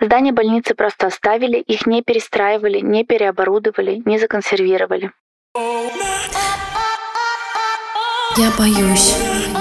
Здания больницы просто оставили, их не перестраивали, не переоборудовали, не законсервировали. Я боюсь.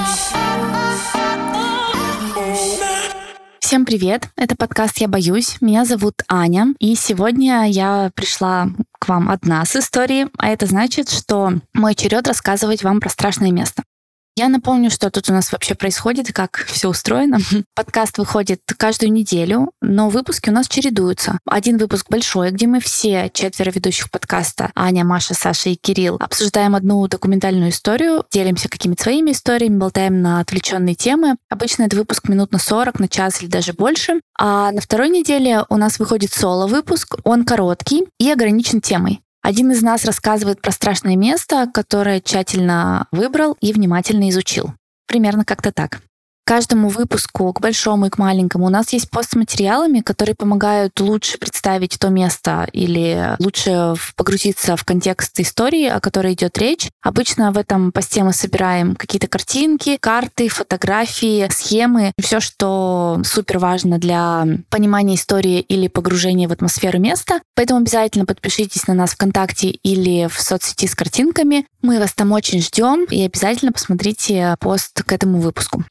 Всем привет! Это подкаст «Я боюсь». Меня зовут Аня, и сегодня я пришла к вам одна с историей, а это значит, что мой черед рассказывать вам про страшное место. Я напомню, что тут у нас вообще происходит и как все устроено. Подкаст выходит каждую неделю, но выпуски у нас чередуются. Один выпуск большой, где мы все 4 ведущих подкаста, Аня, Маша, Саша и Кирилл, обсуждаем одну документальную историю, делимся какими-то своими историями, болтаем на отвлеченные темы. Обычно это выпуск минут на 40, на час или даже больше. А на второй неделе у нас выходит соло-выпуск, он короткий и ограничен темой. Один из нас рассказывает про страшное место, которое тщательно выбрал и внимательно изучил. Примерно как-то так. К каждому выпуску, к большому и к маленькому, у нас есть пост с материалами, которые помогают лучше представить то место или лучше погрузиться в контекст истории, о которой идет речь. Обычно в этом посте мы собираем какие-то картинки, карты, фотографии, схемы, все, что супер важно для понимания истории или погружения в атмосферу места. Поэтому обязательно подпишитесь на нас ВКонтакте или в соцсети с картинками. Мы вас там очень ждем, и обязательно посмотрите пост к этому выпуску.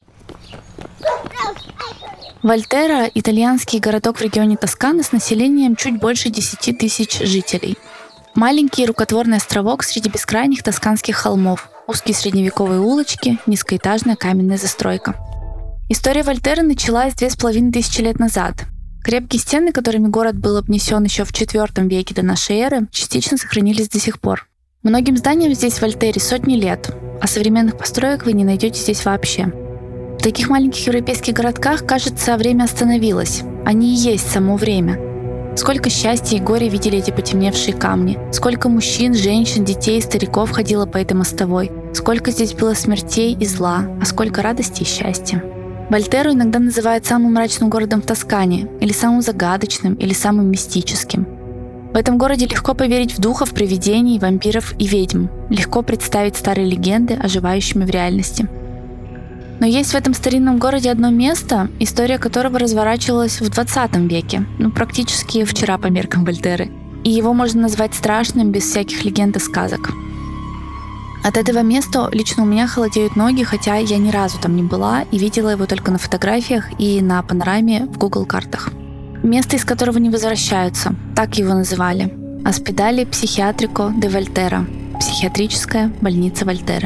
Вольтерра — итальянский городок в регионе Тоскана с населением чуть больше 10 тысяч жителей. Маленький рукотворный островок среди бескрайних тосканских холмов, узкие средневековые улочки, низкоэтажная каменная застройка. История Вольтерры началась 2500 лет назад. Крепкие стены, которыми город был обнесен еще в IV веке до нашей эры, частично сохранились до сих пор. Многим зданиям здесь в Вольтерре сотни лет, а современных построек вы не найдете здесь вообще. В таких маленьких европейских городках, кажется, время остановилось. Они и есть само время. Сколько счастья и горя видели эти потемневшие камни. Сколько мужчин, женщин, детей и стариков ходило по этой мостовой. Сколько здесь было смертей и зла, а сколько радости и счастья. Вольтерру иногда называют самым мрачным городом в Тоскане, или самым загадочным, или самым мистическим. В этом городе легко поверить в духов, привидений, вампиров и ведьм. Легко представить старые легенды, оживающими в реальности. Но есть в этом старинном городе одно место, история которого разворачивалась в 20 веке, практически вчера по меркам Вольтерры. И его можно назвать страшным, без всяких легенд и сказок. От этого места лично у меня холодеют ноги, хотя я ни разу там не была и видела его только на фотографиях и на панораме в Google картах. Место, из которого не возвращаются, так его называли. Ospedale Psichiatrico de Volterra, психиатрическая больница Вольтерры.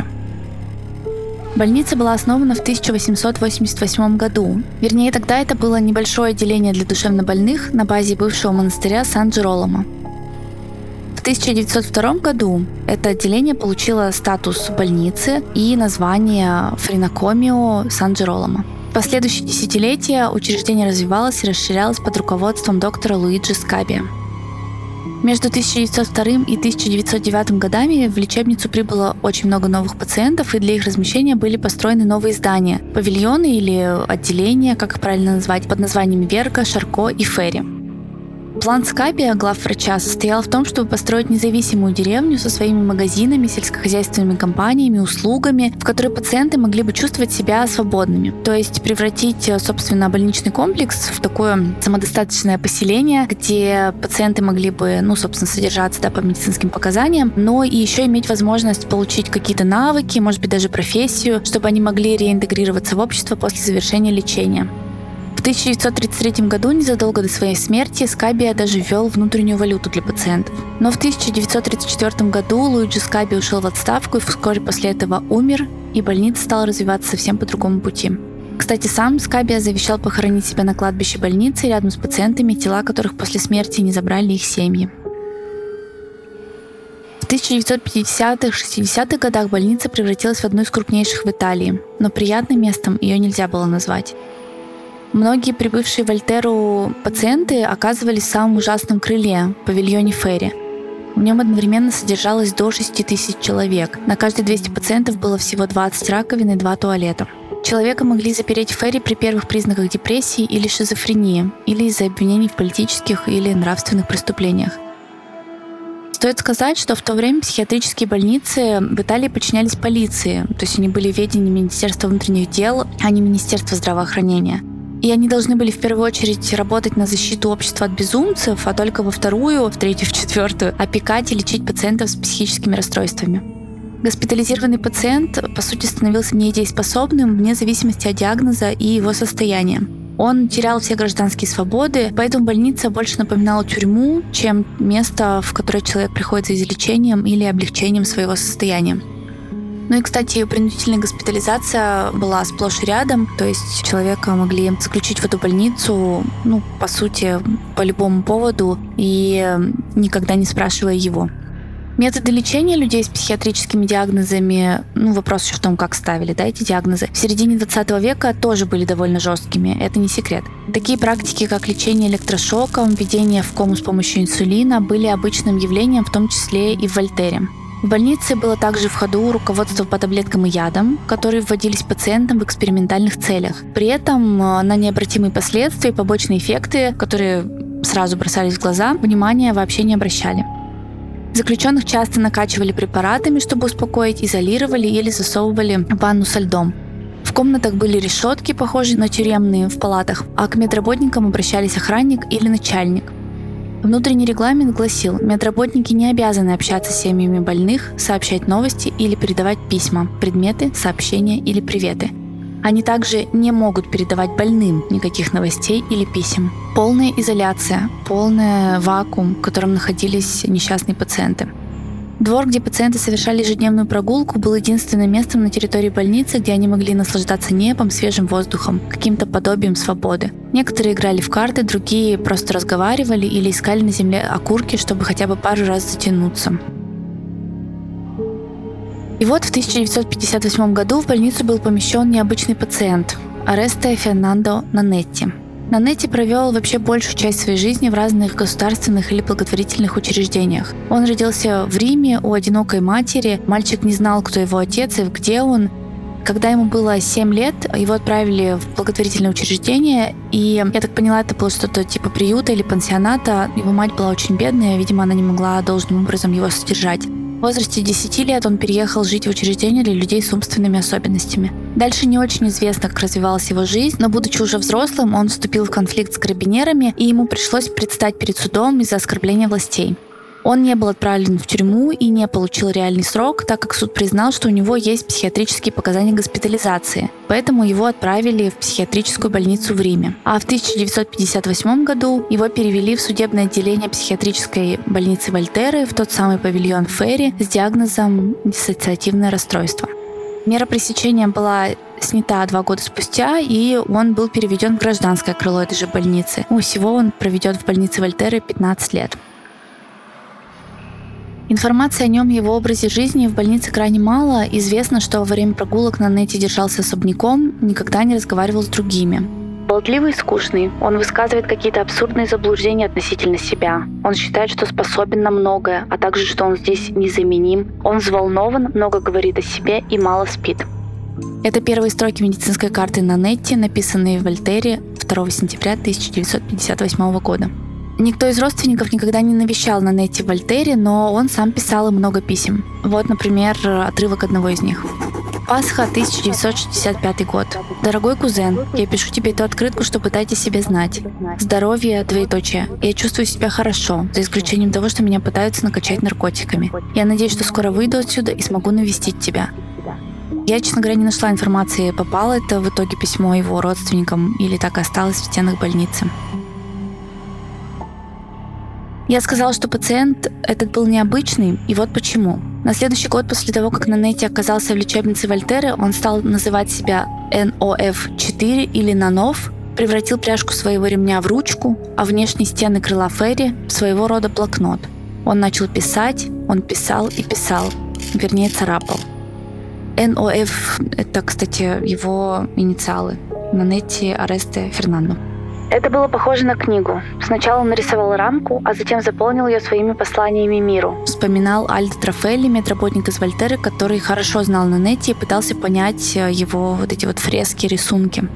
Больница была основана в 1888 году. Вернее, тогда это было небольшое отделение для душевнобольных на базе бывшего монастыря Сан-Джероломо. В 1902 году это отделение получило статус больницы и название Френокомио Сан-Джероломо. В последующие десятилетия учреждение развивалось и расширялось под руководством доктора Луиджи Скабиа. Между 1902 и 1909 годами в лечебницу прибыло очень много новых пациентов, и для их размещения были построены новые здания, павильоны или отделения, как их правильно назвать, под названиями Верга, Шарко и Ферри. План Скабиа, главврача, состоял в том, чтобы построить независимую деревню со своими магазинами, сельскохозяйственными компаниями, услугами, в которой пациенты могли бы чувствовать себя свободными. То есть превратить, собственно, больничный комплекс в такое самодостаточное поселение, где пациенты могли бы, собственно, содержаться по медицинским показаниям, но и еще иметь возможность получить какие-то навыки, может быть, даже профессию, чтобы они могли реинтегрироваться в общество после завершения лечения. В 1933 году, незадолго до своей смерти, Скабиа даже ввел внутреннюю валюту для пациентов. Но в 1934 году Луиджи Скабиа ушел в отставку и вскоре после этого умер, и больница стала развиваться совсем по другому пути. Кстати, сам Скабиа завещал похоронить себя на кладбище больницы рядом с пациентами, тела которых после смерти не забрали их семьи. В 1950-60-х годах больница превратилась в одну из крупнейших в Италии, но приятным местом ее нельзя было назвать. Многие прибывшие в Вольтерру пациенты оказывались в самом ужасном крыле, павильоне Ферри. В нем одновременно содержалось до 6 тысяч человек. На каждые 200 пациентов было всего 20 раковин и 2 туалета. Человека могли запереть в Ферри при первых признаках депрессии или шизофрении, или из-за обвинений в политических или нравственных преступлениях. Стоит сказать, что в то время психиатрические больницы в Италии подчинялись полиции, то есть они были в ведении Министерства внутренних дел, а не Министерства здравоохранения. И они должны были в первую очередь работать на защиту общества от безумцев, а только во вторую, в третью, в четвертую опекать и лечить пациентов с психическими расстройствами. Госпитализированный пациент, по сути, становился недееспособным вне зависимости от диагноза и его состояния. Он терял все гражданские свободы, поэтому больница больше напоминала тюрьму, чем место, в которое человек приходит за излечением или облегчением своего состояния. Ну и, кстати, принудительная госпитализация была сплошь и рядом, то есть человека могли заключить в эту больницу, по сути, по любому поводу и никогда не спрашивая его. Методы лечения людей с психиатрическими диагнозами, вопрос еще в том, как ставили, эти диагнозы, в середине 20 века тоже были довольно жесткими, это не секрет. Такие практики, как лечение электрошоком, введение в кому с помощью инсулина, были обычным явлением, в том числе и в Вольтере. В больнице было также в ходу руководство по таблеткам и ядам, которые вводились пациентам в экспериментальных целях. При этом на необратимые последствия и побочные эффекты, которые сразу бросались в глаза, внимания вообще не обращали. Заключенных часто накачивали препаратами, чтобы успокоить, изолировали или засовывали в ванну со льдом. В комнатах были решетки, похожие на тюремные в палатах, а к медработникам обращались охранник или начальник. Внутренний регламент гласил, медработники не обязаны общаться с семьями больных, сообщать новости или передавать письма, предметы, сообщения или приветы. Они также не могут передавать больным никаких новостей или писем. Полная изоляция, полный вакуум, в котором находились несчастные пациенты. Двор, где пациенты совершали ежедневную прогулку, был единственным местом на территории больницы, где они могли наслаждаться небом, свежим воздухом, каким-то подобием свободы. Некоторые играли в карты, другие просто разговаривали или искали на земле окурки, чтобы хотя бы пару раз затянуться. И вот в 1958 году в больницу был помещен необычный пациент – Оресте Фернандо Нанетти. Нанетти провел вообще большую часть своей жизни в разных государственных или благотворительных учреждениях. Он родился в Риме у одинокой матери. Мальчик не знал, кто его отец и где он. Когда ему было 7 лет, его отправили в благотворительное учреждение, и, я так поняла, это было что-то типа приюта или пансионата. Его мать была очень бедная, видимо, она не могла должным образом его содержать. В возрасте 10 лет он переехал жить в учреждение для людей с умственными особенностями. Дальше не очень известно, как развивалась его жизнь, но, будучи уже взрослым, он вступил в конфликт с карабинерами, и ему пришлось предстать перед судом из-за оскорбления властей. Он не был отправлен в тюрьму и не получил реальный срок, так как суд признал, что у него есть психиатрические показания госпитализации. Поэтому его отправили в психиатрическую больницу в Риме. А в 1958 году его перевели в судебное отделение психиатрической больницы Вольтеры, в тот самый павильон Ферри с диагнозом диссоциативное расстройство. Мера пресечения была снята 2 года спустя, и он был переведен в гражданское крыло этой же больницы. Всего он проведет в больнице Вольтеры 15 лет. Информации о нем и его образе жизни в больнице крайне мало. Известно, что во время прогулок Нанетти держался особняком, никогда не разговаривал с другими. Болтливый и скучный, он высказывает какие-то абсурдные заблуждения относительно себя. Он считает, что способен на многое, а также, что он здесь незаменим. Он взволнован, много говорит о себе и мало спит. Это первые строки медицинской карты Нанетти, написанные в Вольтере 2 сентября 1958 года. Никто из родственников никогда не навещал Нанетти в Вольтере, но он сам писал им много писем. Вот, например, отрывок одного из них. Пасха, 1965 год. Дорогой кузен, я пишу тебе эту открытку, чтобы дать о себе знать. Здоровье, двоеточие. Я чувствую себя хорошо, за исключением того, что меня пытаются накачать наркотиками. Я надеюсь, что скоро выйду отсюда и смогу навестить тебя. Я, честно говоря, не нашла информации, попало это в итоге письмо его родственникам или так и осталось в стенах больницы. Я сказала, что пациент этот был необычный, и вот почему. На следующий год после того, как Нанетти оказался в лечебнице Вольтеры, он стал называть себя НОФ-4 или Нанов, превратил пряжку своего ремня в ручку, а внешние стены крыла Ферри в своего рода блокнот. Он начал писать, он писал и писал, вернее царапал. НОФ — это, кстати, его инициалы. Нанетти Оресте Фернандо. Это было похоже на книгу. Сначала он нарисовал рамку, а затем заполнил ее своими посланиями миру. Вспоминал Альдо Траффелли, медработник из Вольтеры, который хорошо знал Нанетти и пытался понять его эти фрески, рисунки.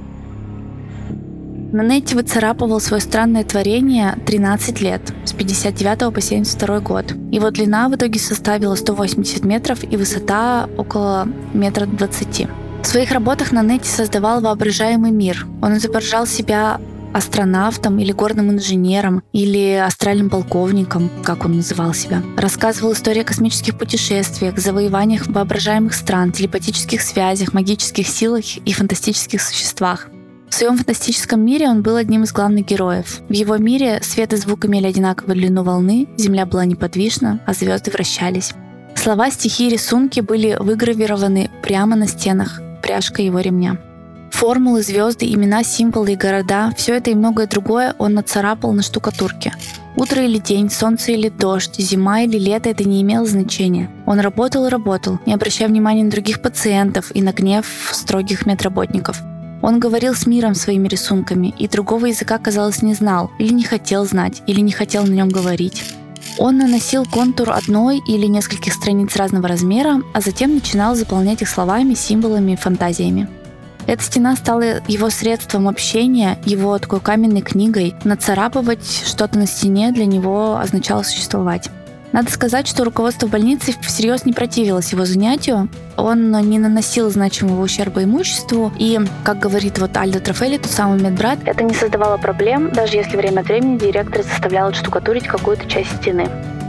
Нанетти выцарапывал свое странное творение 13 лет, с 59 по 72 год. Его длина в итоге составила 180 метров и высота около 1,20 м. В своих работах Нанетти создавал воображаемый мир. Он изображал себя астронавтом или горным инженером, или астральным полковником, как он называл себя. Рассказывал истории о космических путешествиях, завоеваниях воображаемых стран, телепатических связях, магических силах и фантастических существах. В своем фантастическом мире он был одним из главных героев. В его мире свет и звук имели одинаковую длину волны, Земля была неподвижна, а звезды вращались. Слова, стихи и рисунки были выгравированы прямо на стенах пряжкой его ремня. Формулы, звезды, имена, символы и города — все это и многое другое он нацарапал на штукатурке. Утро или день, солнце или дождь, зима или лето — это не имело значения. Он работал и работал, не обращая внимания на других пациентов и на гнев строгих медработников. Он говорил с миром своими рисунками, и другого языка, казалось, не знал, или не хотел знать, или не хотел на нем говорить. Он наносил контур одной или нескольких страниц разного размера, а затем начинал заполнять их словами, символами, фантазиями. Эта стена стала его средством общения, его такой каменной книгой. Нацарапывать что-то на стене для него означало существовать. Надо сказать, что руководство больницы всерьез не противилось его занятию. Он не наносил значимого ущерба имуществу. И, как говорит Альдо Трофелли, тот самый медбрат, это не создавало проблем, даже если время от времени директор заставлял отштукатурить какую-то часть стены.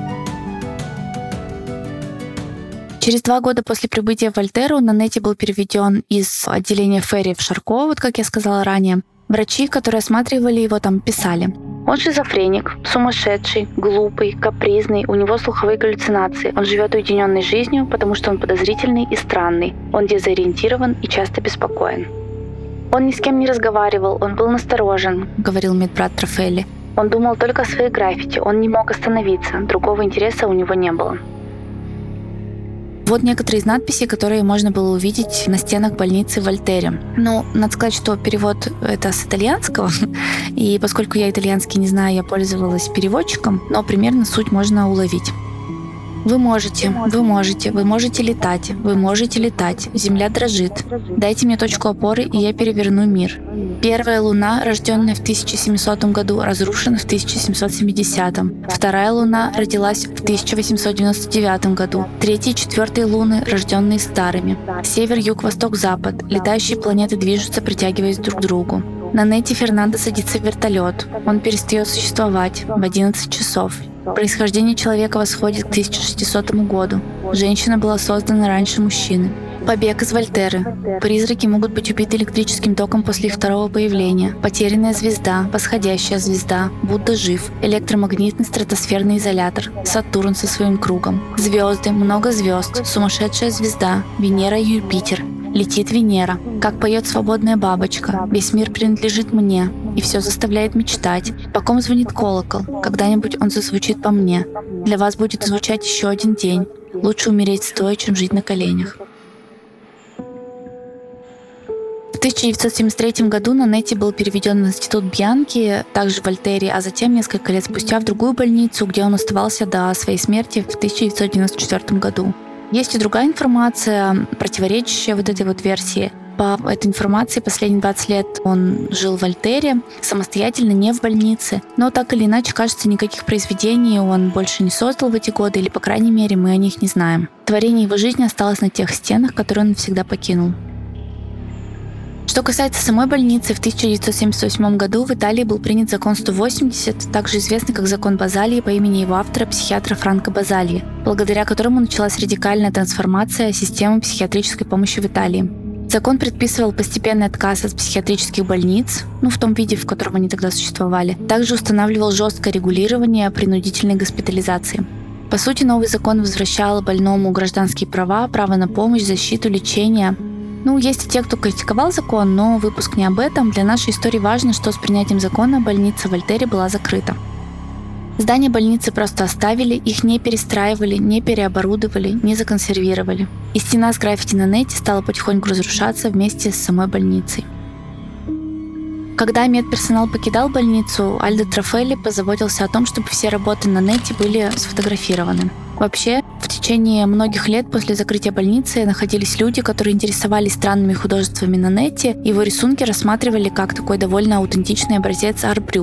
Через 2 года после прибытия в Вольтеру Нанетти был переведен из отделения Ферри в Шарко, как я сказала ранее. Врачи, которые осматривали его, там писали: он шизофреник, сумасшедший, глупый, капризный, у него слуховые галлюцинации. Он живет уединенной жизнью, потому что он подозрительный и странный. Он дезориентирован и часто беспокоен. Он ни с кем не разговаривал, он был насторожен, говорил медбрат Трофелли. Он думал только о своей граффити, он не мог остановиться, другого интереса у него не было. Вот некоторые из надписей, которые можно было увидеть на стенах больницы в Вольтере. Надо сказать, что перевод это с итальянского, и поскольку я итальянский не знаю, я пользовалась переводчиком, но примерно суть можно уловить. Вы можете летать, земля дрожит. Дайте мне точку опоры, и я переверну мир. Первая луна, рожденная в 1700 году, разрушена в 1770. Вторая луна родилась в 1899 году. Третья и четвертая луны, рожденные старыми. Север, юг, восток, запад. Летающие планеты движутся, притягиваясь друг к другу. Нанетти Фернандо садится в вертолет. Он перестает существовать в 11 часов. Происхождение человека восходит к 1600 году. Женщина была создана раньше мужчины. Побег из Вольтеры. Призраки могут быть убиты электрическим током после их второго появления. Потерянная звезда, восходящая звезда, Будда жив, электромагнитный стратосферный изолятор, Сатурн со своим кругом. Звезды, много звезд, сумасшедшая звезда, Венера и Юпитер. Летит Венера, как поет свободная бабочка. Весь мир принадлежит мне, и все заставляет мечтать. По ком звонит колокол? Когда-нибудь он зазвучит по мне. Для вас будет звучать еще один день. Лучше умереть стоя, чем жить на коленях. В 1973 году Нанетти был переведен в институт Бьянки, также в Вольтере, а затем несколько лет спустя в другую больницу, где он оставался до своей смерти в 1994 году. Есть и другая информация, противоречащая этой версии. По этой информации последние 20 лет он жил в Вольтере, самостоятельно, не в больнице. Но так или иначе, кажется, никаких произведений он больше не создал в эти годы, или, по крайней мере, мы о них не знаем. Творение его жизни осталось на тех стенах, которые он навсегда покинул. Что касается самой больницы, в 1978 году в Италии был принят закон 180, также известный как закон Базалии по имени его автора, психиатра Франко Базалии, благодаря которому началась радикальная трансформация системы психиатрической помощи в Италии. Закон предписывал постепенный отказ от психиатрических больниц, в том виде, в котором они тогда существовали. Также устанавливал жесткое регулирование принудительной госпитализации. По сути, новый закон возвращал больному гражданские права, право на помощь, защиту, лечение. Есть и те, кто критиковал закон, но выпуск не об этом. Для нашей истории важно, что с принятием закона больница в Вольтере была закрыта. Здание больницы просто оставили, их не перестраивали, не переоборудовали, не законсервировали. И стена с граффити Нанетти стала потихоньку разрушаться вместе с самой больницей. Когда медперсонал покидал больницу, Альдо Трофелли позаботился о том, чтобы все работы Нанетти были сфотографированы. Вообще, в течение многих лет после закрытия больницы находились люди, которые интересовались странными художествами Нанетти. Его рисунки рассматривали как такой довольно аутентичный образец арт-брют.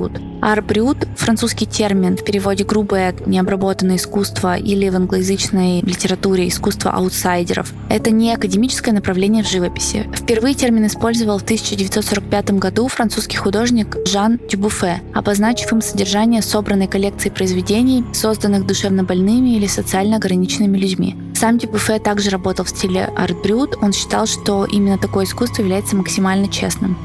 Арт-брют – французский термин, в переводе «грубое необработанное искусство» или в англоязычной литературе «искусство аутсайдеров». Это не академическое направление в живописи. Впервые термин использовал в 1945 году французский художник Жан Дюбуффе, обозначив им содержание собранной коллекции произведений, созданных душевнобольными или социально ограниченными людьми. Сам Дюбуффе также работал в стиле арт-брют, он считал, что именно такое искусство является максимально честным.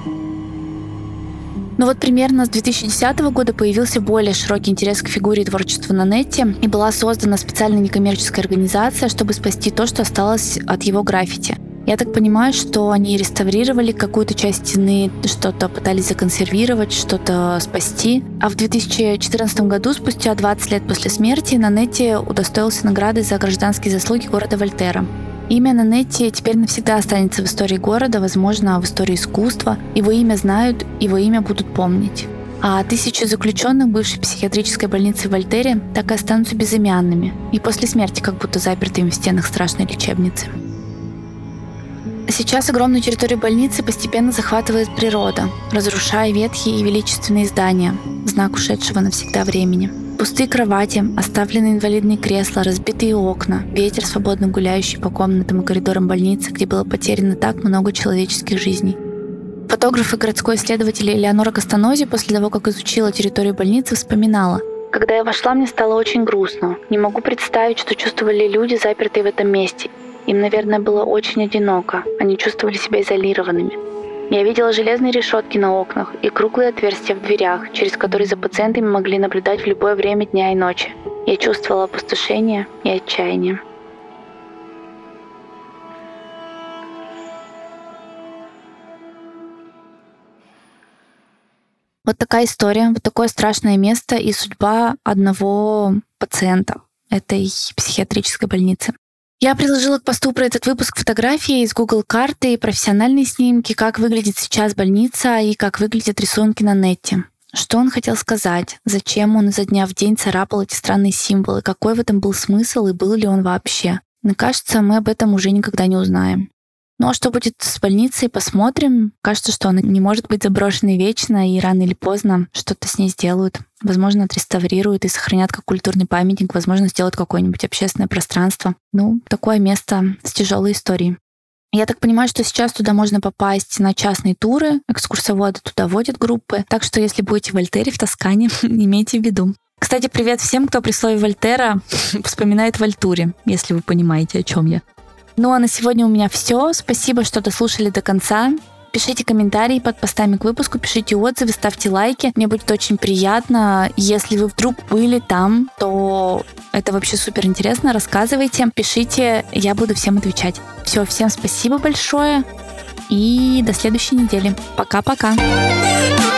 Но вот примерно с 2010 года появился более широкий интерес к фигуре и творчеству Нанетти, и была создана специальная некоммерческая организация, чтобы спасти то, что осталось от его граффити. Я так понимаю, что они реставрировали какую-то часть стены, что-то пытались законсервировать, что-то спасти. А в 2014 году, спустя 20 лет после смерти, Нанетти удостоился награды за гражданские заслуги города Вольтерра. Имя Нанетти теперь навсегда останется в истории города, возможно, в истории искусства. Его имя знают, его имя будут помнить. А тысячи заключенных бывшей психиатрической больницы в Вольтерре так и останутся безымянными. И после смерти как будто запертыми в стенах страшной лечебницы. Сейчас огромную территорию больницы постепенно захватывает природа, разрушая ветхие и величественные здания, знак ушедшего навсегда времени. Пустые кровати, оставленные инвалидные кресла, разбитые окна, ветер, свободно гуляющий по комнатам и коридорам больницы, где было потеряно так много человеческих жизней. Фотограф и городской исследователь Элеонора Костанози после того, как изучила территорию больницы, вспоминала: «Когда я вошла, мне стало очень грустно. Не могу представить, что чувствовали люди, запертые в этом месте. Им, наверное, было очень одиноко. Они чувствовали себя изолированными. Я видела железные решетки на окнах и круглые отверстия в дверях, через которые за пациентами могли наблюдать в любое время дня и ночи. Я чувствовала опустошение и отчаяние». Вот такая история, вот такое страшное место и судьба одного пациента этой психиатрической больницы. Я приложила к посту про этот выпуск фотографии из Google карты, профессиональные снимки, как выглядит сейчас больница и как выглядят рисунки Нанетти. Что он хотел сказать, зачем он изо дня в день царапал эти странные символы, какой в этом был смысл и был ли он вообще. Мне кажется, мы об этом уже никогда не узнаем. Ну а что будет с больницей, посмотрим. Кажется, что она не может быть заброшенной вечно, и рано или поздно что-то с ней сделают. Возможно, отреставрируют и сохранят как культурный памятник, возможно, сделают какое-нибудь общественное пространство. Ну, такое место с тяжелой историей. Я так понимаю, что сейчас туда можно попасть на частные туры, экскурсоводы туда водят группы. Так что, если будете в Вольтерре, в Тоскане, имейте в виду. Кстати, привет всем, кто при слове Вольтерра вспоминает Вольтуре, если вы понимаете, о чем я. Ну а на сегодня у меня все. Спасибо, что дослушали до конца. Пишите комментарии под постами к выпуску, пишите отзывы, ставьте лайки. Мне будет очень приятно. Если вы вдруг были там, то это вообще супер интересно. Рассказывайте, пишите, я буду всем отвечать. Все, всем спасибо большое и до следующей недели. Пока-пока.